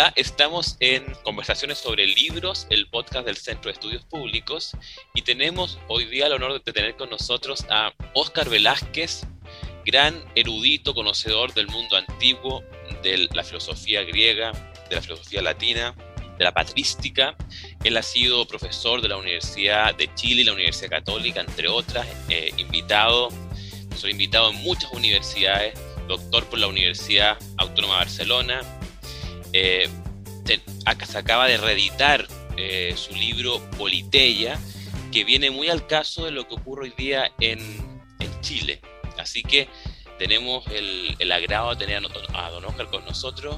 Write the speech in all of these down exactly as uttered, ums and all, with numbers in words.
Hola, estamos en Conversaciones sobre Libros, el podcast del Centro de Estudios Públicos, y tenemos hoy día el honor de tener con nosotros a Óscar Velázquez, gran erudito, conocedor del mundo antiguo, de la filosofía griega, de la filosofía latina, de la patrística. Él ha sido profesor de la Universidad de Chile y la Universidad Católica, entre otras, eh, invitado, profesor invitado en muchas universidades, doctor por la Universidad Autónoma de Barcelona. Eh, te, acá se acaba de reeditar eh, su libro Politeia, que viene muy al caso de lo que ocurre hoy día en, en Chile. Así que tenemos el, el agrado de tener a, a don Óscar con nosotros.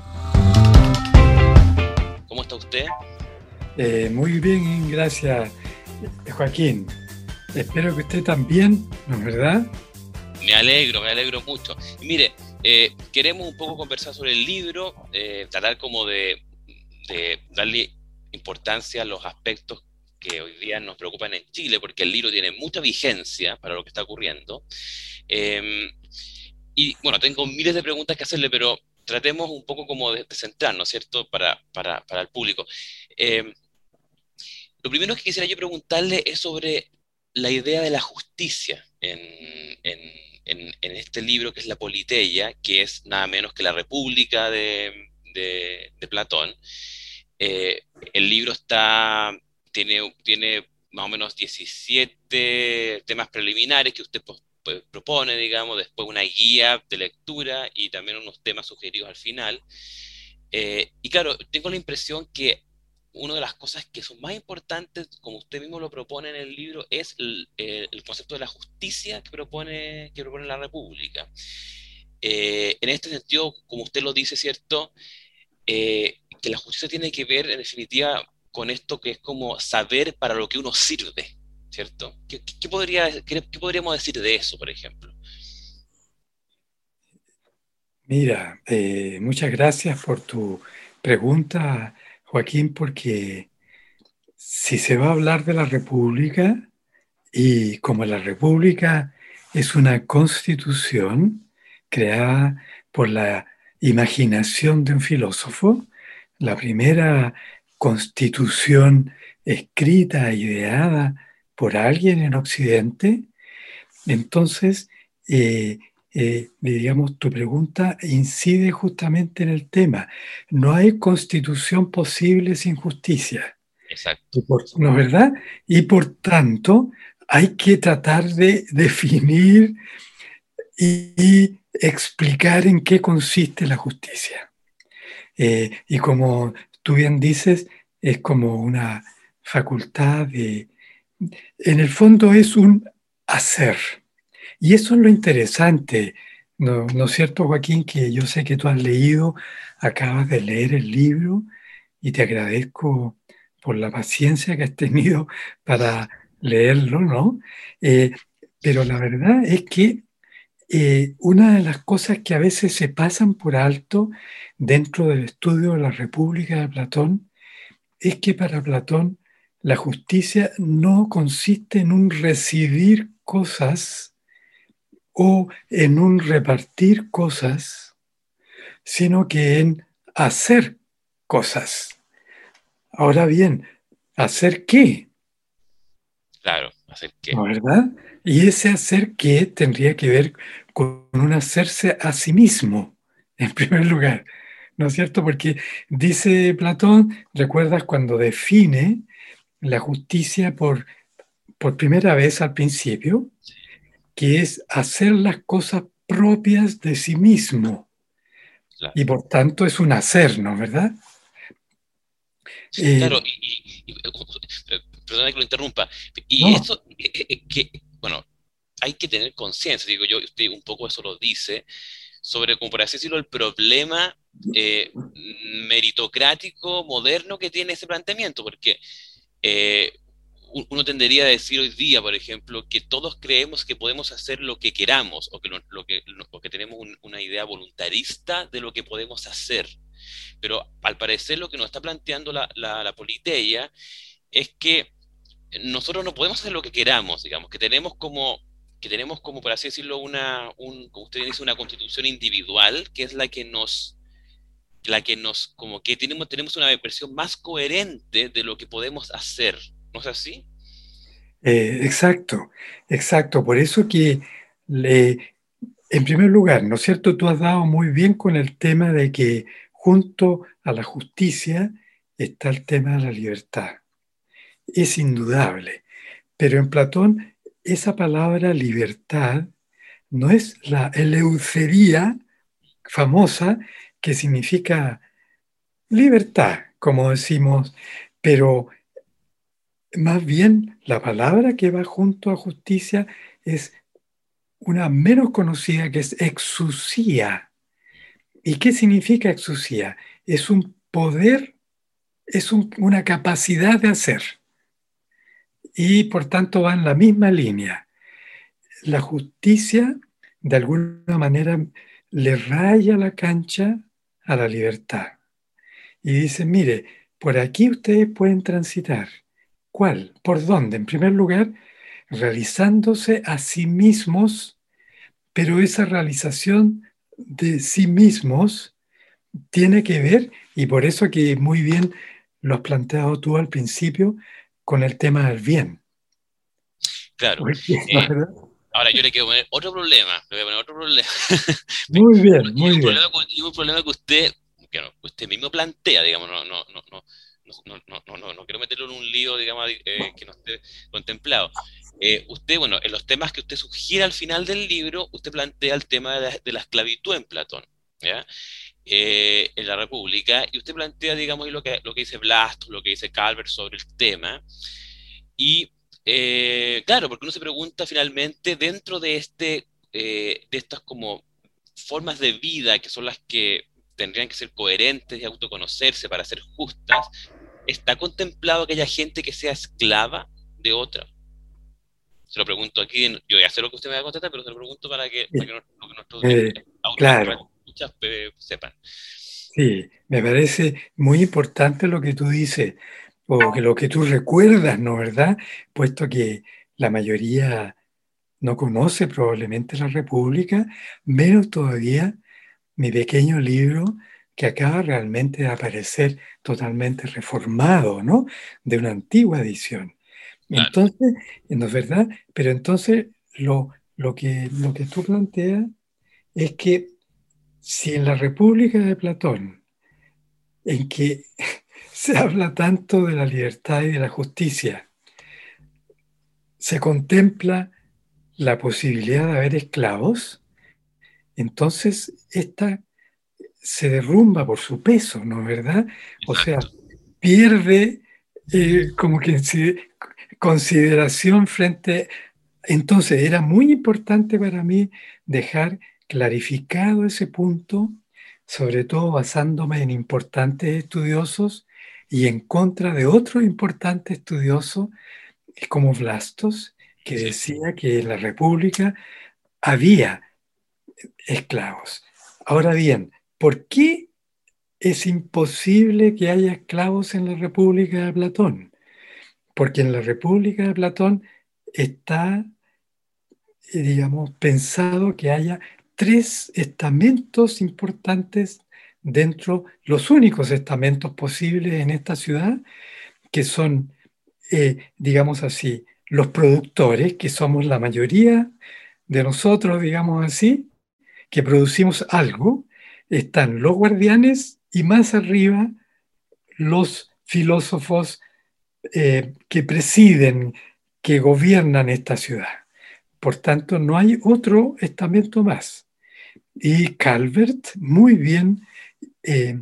¿Cómo está usted? Eh, muy bien, gracias, Joaquín. Espero que usted también, ¿no es verdad? Me alegro, me alegro mucho. Y mire, eh, queremos un poco conversar sobre el libro, eh, tratar como de, de darle importancia a los aspectos que hoy día nos preocupan en Chile, porque el libro tiene mucha vigencia para lo que está ocurriendo. Eh, y bueno, tengo miles de preguntas que hacerle, pero tratemos un poco como de, de centrarnos, ¿cierto? Para, para, para el público. Eh, lo primero que quisiera yo preguntarle es sobre la idea de la justicia en, en, en, en este libro que es la Politeia, que es nada menos que la República de, de, de Platón. Eh, el libro está, tiene, tiene más o menos diecisiete temas preliminares que usted pues, pues, propone, digamos, después una guía de lectura y también unos temas sugeridos al final. Eh, y claro, tengo la impresión que una de las cosas que son más importantes, como usted mismo lo propone en el libro, es el, el- el concepto de la justicia que propone, que propone la República. Eh, en este sentido, como usted lo dice, ¿cierto? Eh, que la justicia tiene que ver, en definitiva, con esto que es como saber para lo que uno sirve, ¿cierto? ¿Qué, qué- qué podría, qué- qué podríamos decir de eso, por ejemplo? Mira, eh, muchas gracias por tu pregunta, Joaquín, porque si se va a hablar de la República, y como la República es una constitución creada por la imaginación de un filósofo, la primera constitución escrita, ideada por alguien en Occidente, entonces, eh, eh, digamos, tu pregunta incide justamente en el tema. No hay constitución posible sin justicia. Exacto. Y por- ¿No es verdad? Y por tanto, hay que tratar de definir y, y explicar en qué consiste la justicia. Eh, y como tú bien dices, es como una facultad de... En el fondo es un hacer. Y eso es lo interesante, ¿no, no es cierto, Joaquín? Que yo sé que tú has leído, acabas de leer el libro y te agradezco por la paciencia que has tenido para leerlo, ¿no? Eh, pero la verdad es que eh, una de las cosas que a veces se pasan por alto dentro del estudio de la República de Platón es que para Platón la justicia no consiste en un recibir cosas o en un repartir cosas, sino que en hacer cosas. Ahora bien, ¿hacer qué? Claro, hacer qué. ¿No, verdad? Y ese hacer qué tendría que ver con un hacerse a sí mismo, en primer lugar, ¿no es cierto? Porque dice Platón, recuerdas cuando define la justicia por, por primera vez al principio, que es hacer las cosas propias de sí mismo. Claro. Y por tanto es un hacer, ¿no? ¿Verdad? Eh, Claro, y, y- y- eh, perdona que lo interrumpa. Y no, esto, eh, eh, eh, que, bueno, hay que tener conciencia, digo yo, usted un poco eso lo dice, sobre, como por así decirlo, el problema eh, meritocrático moderno que tiene ese planteamiento, porque eh, u- uno tendería a decir hoy día, por ejemplo, que todos creemos que podemos hacer lo que queramos, o que, lo, lo que, lo- o que tenemos un- una idea voluntarista de lo que podemos hacer. Pero al parecer lo que nos está planteando la, la, la Politeia es que nosotros no podemos hacer lo que queramos, digamos, que tenemos como, que tenemos como, por así decirlo, una, un, como usted dice, una constitución individual, que es la que nos, la que nos, como que tenemos, tenemos una versión más coherente de lo que podemos hacer, ¿no es así? Eh, exacto, exacto. Por eso que, le, en primer lugar, ¿no es cierto? Tú has dado muy bien con el tema de que junto a la justicia está el tema de la libertad. Es indudable. Pero en Platón, esa palabra libertad no es la eleucería famosa que significa libertad, como decimos, pero más bien la palabra que va junto a justicia es una menos conocida que es exusía. ¿Y qué significa exusía? Es un poder, es un- una capacidad de hacer y por tanto va en la misma línea. La justicia, de alguna manera, le raya la cancha a la libertad y dice, mire, por aquí ustedes pueden transitar. ¿Cuál? ¿Por dónde? En primer lugar, realizándose a sí mismos, pero esa realización de sí mismos tiene que ver, y por eso que muy bien lo has planteado tú al principio, con el tema del bien. Claro. Porque, ¿no, Eh, verdad? Ahora yo le quiero poner otro problema, le voy a poner otro problema. Muy bien, Y muy un bien. problema, que- y un problema que usted, que no, que usted mismo plantea, digamos, no, no, no, no, no, no, no, no, no quiero meterlo en un lío, digamos, eh, que no esté contemplado. Eh, usted, bueno, en los temas que usted sugiere al final del libro, usted plantea el tema de la, de la esclavitud en Platón, ¿ya? Eh, en la República, y usted plantea, digamos, lo que, lo que dice Blastus, lo que dice Calvert sobre el tema, y eh, claro, porque uno se pregunta finalmente dentro de este, eh, de estas como formas de vida que son las que tendrían que ser coherentes y autoconocerse para ser justas, ¿está contemplado que haya gente que sea esclava de otra? Se lo pregunto aquí, en- yo ya sé lo que usted me va a contestar, pero se lo pregunto para que, para que, nos- para que nuestros, Eh, au- nuestros claro, escuchas, eh, sepan. sí, me parece muy importante lo que tú dices, o que lo que tú recuerdas, ¿no, verdad? Puesto que la mayoría no conoce probablemente la República, menos todavía mi pequeño libro que acaba realmente de aparecer totalmente reformado, ¿no? De una antigua edición. Claro, Entonces, ¿no es verdad? Pero entonces lo, lo que, lo que tú planteas es que si en la República de Platón, en que se habla tanto de la libertad y de la justicia, se contempla la posibilidad de haber esclavos, entonces esta se derrumba por su peso, ¿no es verdad? O sea, exacto. pierde eh, como que si- consideración frente. Entonces, era muy importante para mí dejar clarificado ese punto, sobre todo basándome en importantes estudiosos y en contra de otro importante estudioso como Blastos, que Sí, decía que en la República había esclavos. Ahora bien, ¿por qué es imposible que haya esclavos en la República de Platón? Porque en la República de Platón está, eh, digamos, pensado que haya tres estamentos importantes dentro, los únicos estamentos posibles en esta ciudad, que son, eh, digamos así, los productores, que somos la mayoría de nosotros, digamos así, que producimos algo, están los guardianes y más arriba los filósofos eh, que presiden, que gobiernan esta ciudad. Por tanto, no hay otro estamento más. Y Calvert muy bien eh,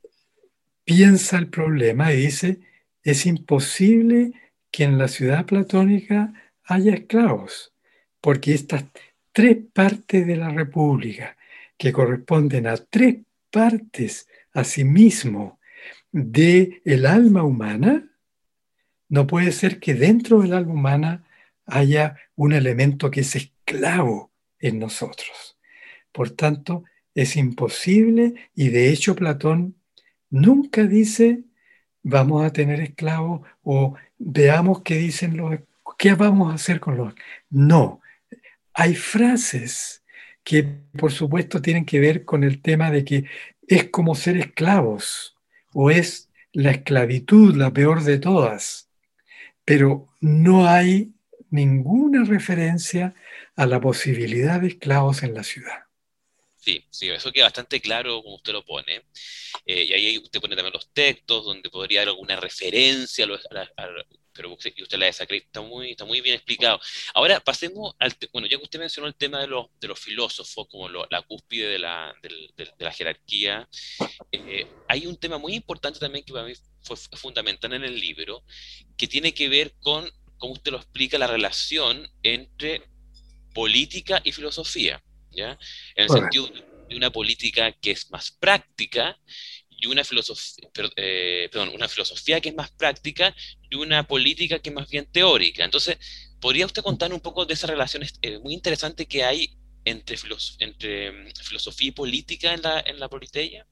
piensa el problema y dice, es imposible que en la ciudad platónica haya esclavos, porque estas tres partes de la República, que corresponden a tres partes asimismo de el alma humana, no puede ser que dentro del alma humana haya un elemento que es esclavo en nosotros. Por tanto, es imposible y de hecho Platón nunca dice vamos a tener esclavos o veamos qué dicen los, qué vamos a hacer con los. No, hay frases que por supuesto tienen que ver con el tema de que es como ser esclavos, o es la esclavitud la peor de todas, pero no hay ninguna referencia a la posibilidad de esclavos en la ciudad. Sí, sí, eso queda bastante claro como usted lo pone. Eh, y ahí usted pone también los textos donde podría haber alguna referencia, a los- a la- a la- pero usted, y usted la desacredita. Está muy, está muy bien explicado. Ahora pasemos al, te- bueno, ya que usted mencionó el tema de los, de los filósofos como lo- la cúspide de la, del- del- de la jerarquía, eh, hay un tema muy importante también que para mí fue f- fundamental en el libro, que tiene que ver con, como usted lo explica, la relación entre política y filosofía, ¿ya? En el sentido Correcto. de una política que es más práctica y una filosofía, eh, perdón, una filosofía que es más práctica y una política que es más bien teórica. Entonces, ¿podría usted contar un poco de esa relación eh, muy interesante que hay entre, filos entre mm, filosofía y política en la, en la Politeia?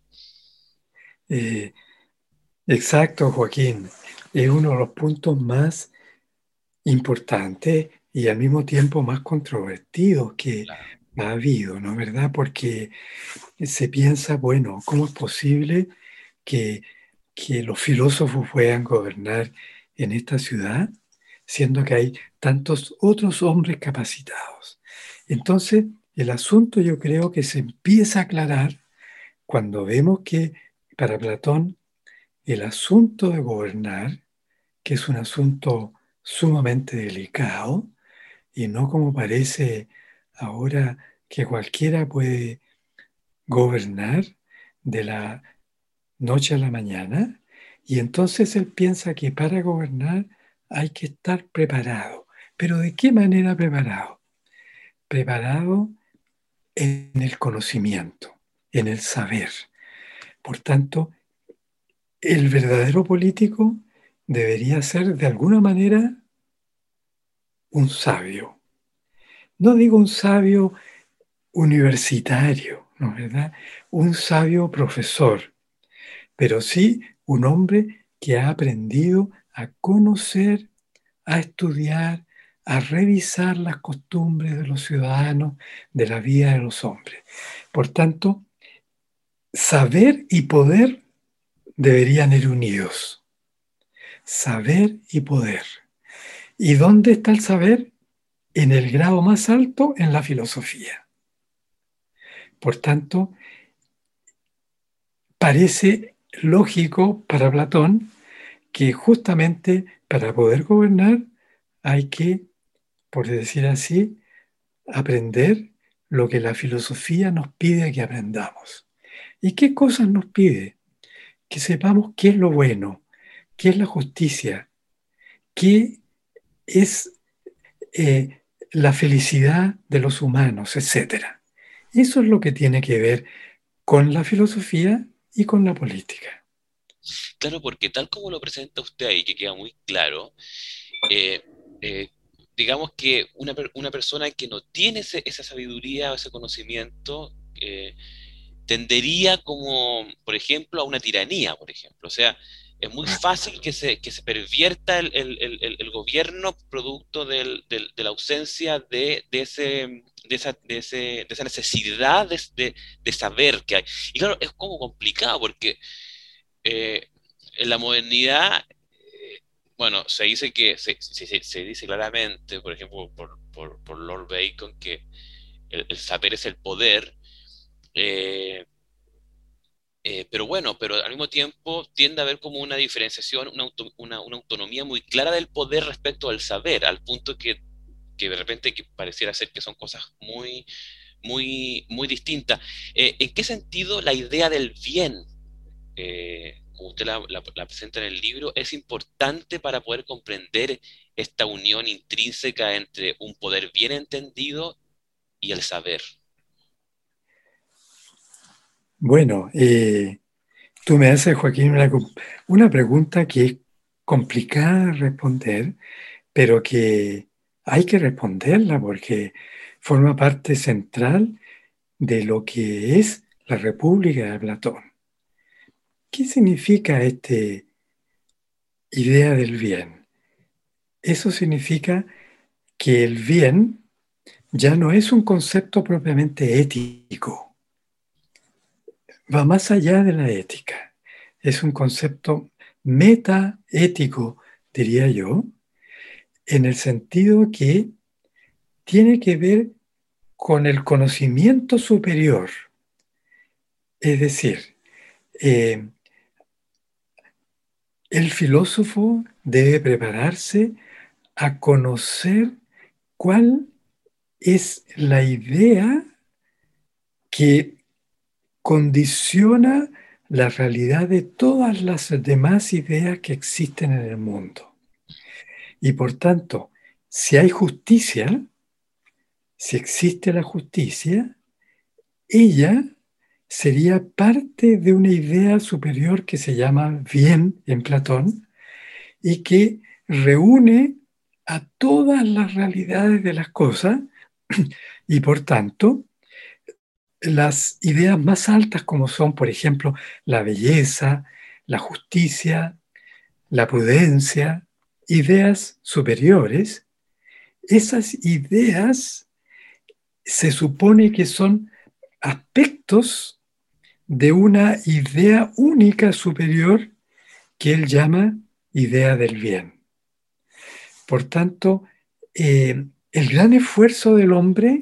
Eh, exacto, Joaquín. Es uno de los puntos más importantes y al mismo tiempo más controvertidos que Claro. ha habido, ¿no es verdad? Porque se piensa, bueno, ¿cómo es posible que, que los filósofos puedan gobernar en esta ciudad, siendo que hay tantos otros hombres capacitados? Entonces, el asunto yo creo que se empieza a aclarar cuando vemos que para Platón el asunto de gobernar, que es un asunto sumamente delicado, y no como parece ahora que cualquiera puede gobernar de la noche a la mañana, y entonces él piensa que para gobernar hay que estar preparado. Pero ¿de qué manera preparado? Preparado en el conocimiento, en el saber. Por tanto, el verdadero político debería ser de alguna manera un sabio. No digo un sabio universitario, ¿no es verdad? Un sabio profesor, pero sí un hombre que ha aprendido a conocer, a estudiar, a revisar las costumbres de los ciudadanos, de la vida de los hombres. Por tanto, saber y poder deberían ir unidos. Saber y poder. ¿Y dónde está el saber? En el grado más alto, en la filosofía. Por tanto, parece lógico para Platón que justamente para poder gobernar hay que, por decir así, aprender lo que la filosofía nos pide que aprendamos. ¿Y qué cosas nos pide? Que sepamos qué es lo bueno, qué es la justicia, qué es eh, la felicidad de los humanos, etcétera. Eso es lo que tiene que ver con la filosofía y con la política. Claro, porque tal como lo presenta usted ahí, que queda muy claro, eh, eh, digamos que una, per- una persona que no tiene ese- esa sabiduría o ese conocimiento eh, tendería como, por ejemplo, a una tiranía, por ejemplo. O sea, es muy fácil que se, que se pervierta el, el- el- el- el gobierno producto del- del- de la ausencia de, de ese, de esa, de ese- de esa necesidad de, de- de saber que hay. Y claro, es como complicado porque eh, en la modernidad, eh, bueno, se dice que, se, se- se- se dice claramente, por ejemplo, por, por- por Lord Bacon, que el, el saber es el poder, eh, eh, pero bueno, pero al mismo tiempo tiende a haber como una diferenciación, una, auto- una- una autonomía muy clara del poder respecto al saber, al punto que, que de repente que pareciera ser que son cosas muy, muy, muy distintas. Eh, ¿en qué sentido la idea del bien, eh, como usted la, la- la presenta en el libro, es importante para poder comprender esta unión intrínseca entre un poder bien entendido y el saber? Bueno, eh, tú me haces, Joaquín, una, una pregunta que es complicada de responder, pero que hay que responderla porque forma parte central de lo que es la República de Platón. ¿Qué significa esta idea del bien? Eso significa que el bien ya no es un concepto propiamente ético, va más allá de la ética. Es un concepto metaético, diría yo, en el sentido que tiene que ver con el conocimiento superior. Es decir, eh, el filósofo debe prepararse a conocer cuál es la idea que condiciona la realidad de todas las demás ideas que existen en el mundo. Y por tanto, si hay justicia, si existe la justicia, ella sería parte de una idea superior que se llama bien en Platón y que reúne a todas las realidades de las cosas y por tanto las ideas más altas como son, por ejemplo, la belleza, la justicia, la prudencia, ideas superiores, esas ideas se supone que son aspectos de una idea única superior que él llama idea del bien. Por tanto, eh, el gran esfuerzo del hombre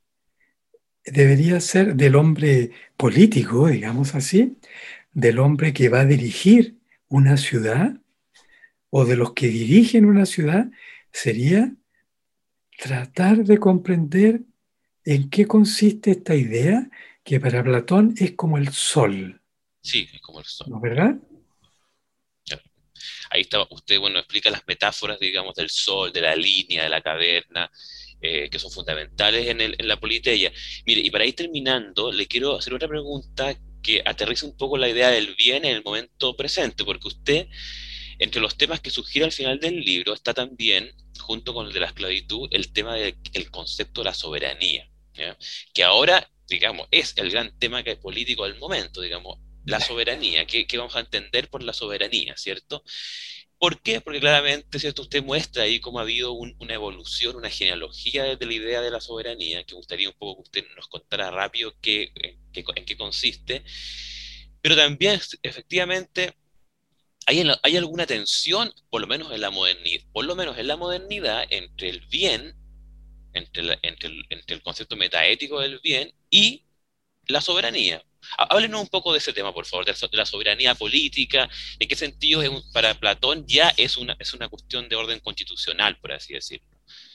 debería ser del hombre político, digamos así, del hombre que va a dirigir una ciudad o de los que dirigen una ciudad, sería tratar de comprender en qué consiste esta idea que para Platón es como el sol. Sí, es como el sol. ¿No es verdad? Claro. Ahí está, usted, bueno, explica las metáforas, digamos, del sol, de la línea, de la caverna, eh, que son fundamentales en, el, en la politeia. Mire, y para ir terminando, le quiero hacer otra pregunta que aterriza un poco la idea del bien en el momento presente, porque usted, entre los temas que sugiere al final del libro, está también, junto con el de la esclavitud, el tema del el concepto de la soberanía, ¿ya? Que ahora, digamos, es el gran tema que es político del momento, digamos, la soberanía, ¿qué, qué vamos a entender por la soberanía, ¿cierto? ¿Por qué? Porque claramente, ¿cierto? Usted muestra ahí cómo ha habido un, una evolución, una genealogía de la idea de la soberanía, que gustaría un poco que usted nos contara rápido qué, en, qué, en qué consiste, pero también efectivamente hay, en la, hay alguna tensión, por lo menos en la modernidad, por lo menos en la modernidad, entre el bien, entre, la, entre, el, entre el concepto metaético del bien y la soberanía. Háblenos un poco de ese tema, por favor, de la soberanía política, en qué sentido es un, para Platón ya es una, es una cuestión de orden constitucional, por así decirlo.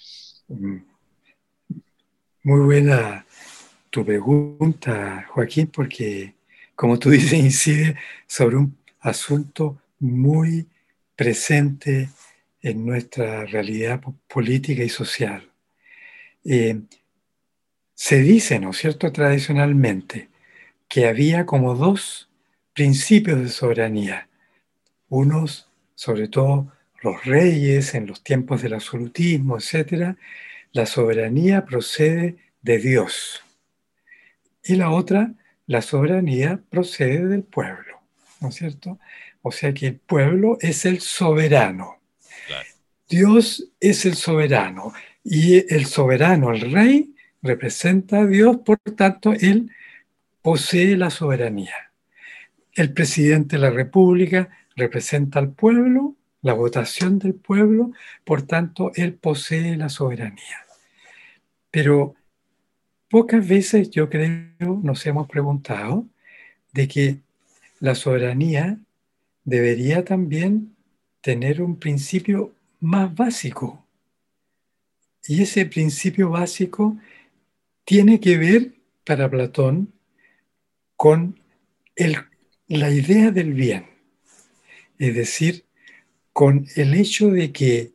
Muy buena tu pregunta, Joaquín, porque, como tú dices, incide sobre un asunto muy presente en nuestra realidad política y social. Eh, se dice, ¿no es cierto?, tradicionalmente, que había como dos principios de soberanía. Unos, sobre todo los reyes en los tiempos del absolutismo, etcétera, la soberanía procede de Dios. Y la otra, la soberanía procede del pueblo, ¿no es cierto? O sea que el pueblo es el soberano. Claro. Dios es el soberano y el soberano, el rey, representa a Dios, por tanto, él posee la soberanía. El presidente de la República representa al pueblo, la votación del pueblo, por tanto, él posee la soberanía. Pero pocas veces, yo creo, nos hemos preguntado de que la soberanía debería también tener un principio más básico. Y ese principio básico tiene que ver, para Platón, con el, la idea del bien. Es decir, con el hecho de que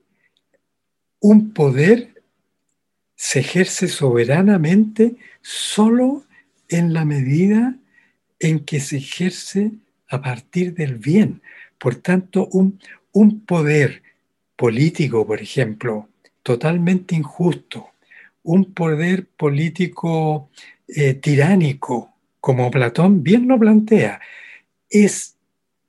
un poder se ejerce soberanamente solo en la medida en que se ejerce a partir del bien. Por tanto, un, un poder político, por ejemplo, totalmente injusto, un poder político eh, tiránico, como Platón bien lo plantea, es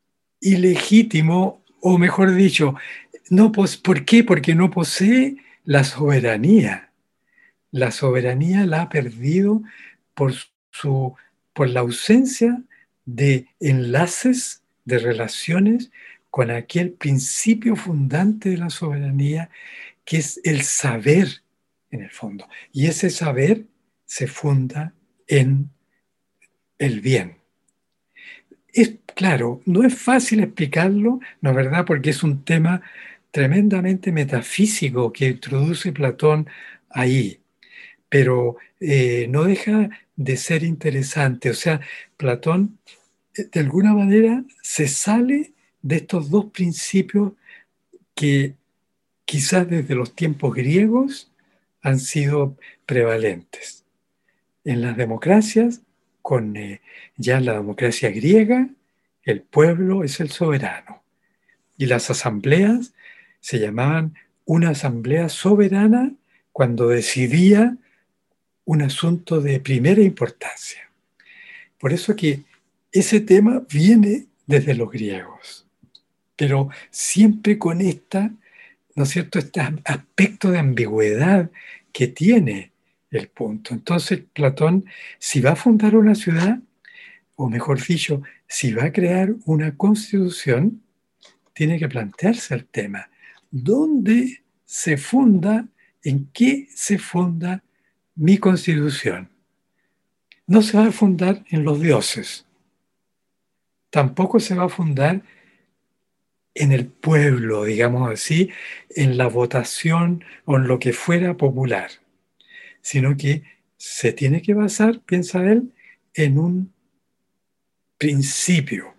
ilegítimo, o mejor dicho, no pos- ¿por qué? Porque no posee la soberanía. La soberanía la ha perdido por, su, por la ausencia de enlaces, de relaciones con aquel principio fundante de la soberanía, que es el saber en el fondo. Y ese saber se funda en el bien. Es claro, no es fácil explicarlo, ¿no es verdad? Porque es un tema tremendamente metafísico que introduce Platón ahí, pero eh, no deja de ser interesante. O sea, Platón eh, de alguna manera se sale de estos dos principios que quizás desde los tiempos griegos han sido prevalentes. En las democracias, con eh, ya la democracia griega, el pueblo es el soberano. Y las asambleas se llamaban una asamblea soberana cuando decidía un asunto de primera importancia. Por eso que ese tema viene desde los griegos, pero siempre con esta, ¿no es cierto?, este aspecto de ambigüedad que tiene el punto. Entonces, Platón, si va a fundar una ciudad, o mejor dicho, si va a crear una constitución, tiene que plantearse el tema. ¿Dónde se funda, en qué se funda mi constitución? No se va a fundar en los dioses, tampoco se va a fundar en el pueblo, digamos así, en la votación o en lo que fuera popular, sino que se tiene que basar, piensa él, en un principio.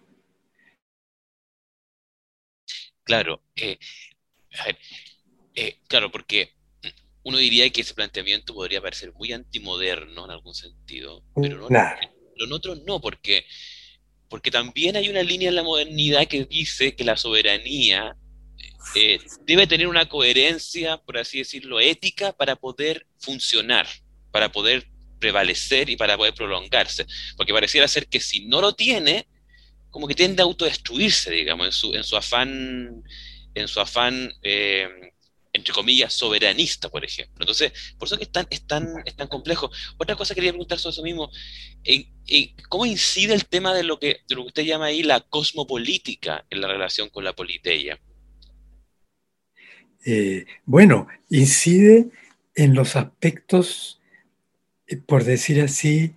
Claro, eh, a ver, eh, claro, porque uno diría que ese planteamiento podría parecer muy antimoderno en algún sentido, pero no, Nada. pero en otros no, porque, porque también hay una línea en la modernidad que dice que la soberanía eh, debe tener una coherencia, por así decirlo, ética para poder funcionar, para poder prevalecer y para poder prolongarse. Porque pareciera ser que si no lo tiene, como que tiende a autodestruirse, digamos, en su, en su afán, en su afán eh, entre comillas, soberanista, por ejemplo. Entonces, por eso que es tan, es tan, es tan complejo. Otra cosa que quería preguntar sobre eso mismo, en, en ¿cómo incide el tema de lo, que, de lo que usted llama ahí la cosmopolítica en la relación con la politeia? Eh, bueno, incide en los aspectos, eh, por decir así,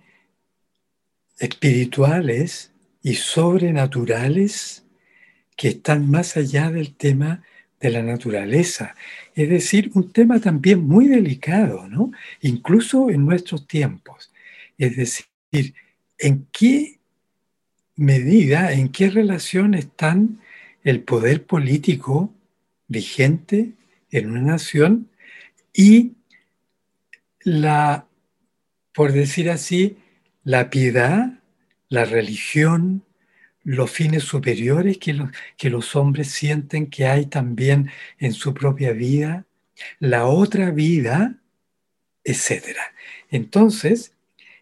espirituales y sobrenaturales que están más allá del tema de la naturaleza. Es decir, un tema también muy delicado, ¿no? Incluso en nuestros tiempos. Es decir, ¿en qué medida, en qué relación están el poder político vigente en una nación y la, por decir así, la piedad, la religión, los fines superiores que los, que los hombres sienten que hay también en su propia vida, la otra vida, etcétera? Entonces,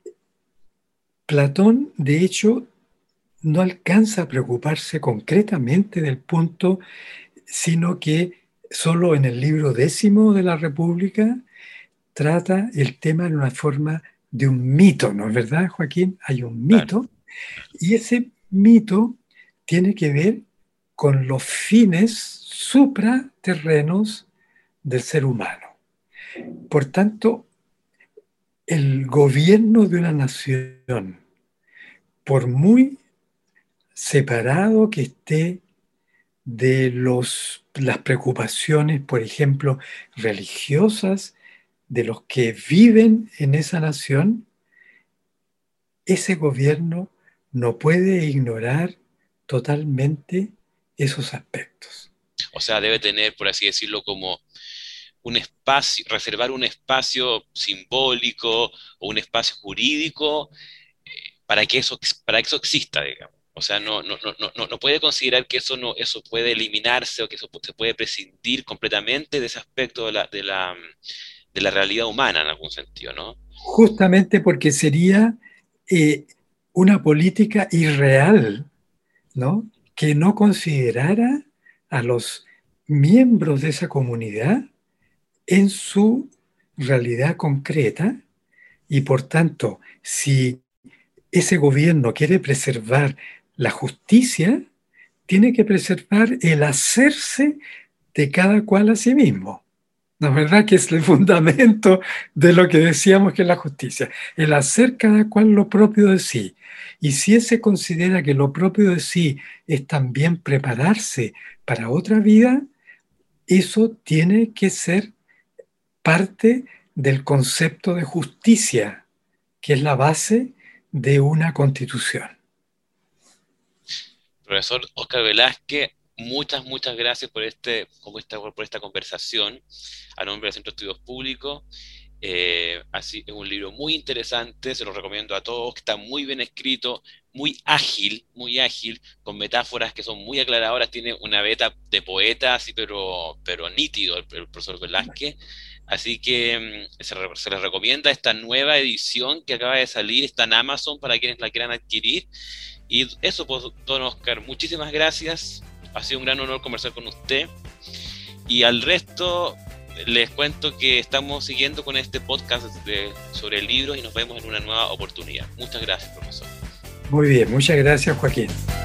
Platón, de hecho, no alcanza a preocuparse concretamente del punto, sino que solo en el libro décimo de la República trata el tema en una forma de un mito, ¿no es verdad, Joaquín? Hay un Claro, mito y ese mito tiene que ver con los fines supraterrenos del ser humano. Por tanto, el gobierno de una nación, por muy separado que esté de los, las preocupaciones, por ejemplo, religiosas de los que viven en esa nación, ese gobierno no puede ignorar totalmente esos aspectos. o sea, debe tener, por así decirlo, como un espacio, reservar un espacio simbólico o un espacio jurídico para que eso, para que eso exista, digamos. O sea, no, no, no, no, no puede considerar que eso, no, eso puede eliminarse o que eso se puede prescindir completamente de ese aspecto de la, de la, de la realidad humana en algún sentido, ¿no? Justamente porque sería eh, una política irreal, ¿no? Que no considerara a los miembros de esa comunidad en su realidad concreta y por tanto, si ese gobierno quiere preservar la justicia, tiene que preservar el hacerse de cada cual a sí mismo. ¿No es verdad que es el fundamento de lo que decíamos que es la justicia? El hacer cada cual lo propio de sí. Y si ese considera que lo propio de sí es también prepararse para otra vida, eso tiene que ser parte del concepto de justicia, que es la base de una constitución. Profesor Óscar Velázquez, muchas, muchas gracias por, este, por, esta, por esta conversación a nombre del Centro de Estudios Públicos. Eh, así, es un libro muy interesante, se lo recomiendo a todos, que está muy bien escrito, muy ágil, muy ágil, con metáforas que son muy aclaradoras, tiene una beta de poeta, así, pero, pero nítido el, el profesor Velázquez. Así que mm, se, se les recomienda esta nueva edición que acaba de salir, está en Amazon para quienes la quieran adquirir. Y eso, pues, don Oscar, muchísimas gracias. Ha sido un gran honor conversar con usted. Y al resto, les cuento que estamos siguiendo con este podcast de, sobre libros y nos vemos en una nueva oportunidad. Muchas gracias, profesor. Muy bien, muchas gracias, Joaquín.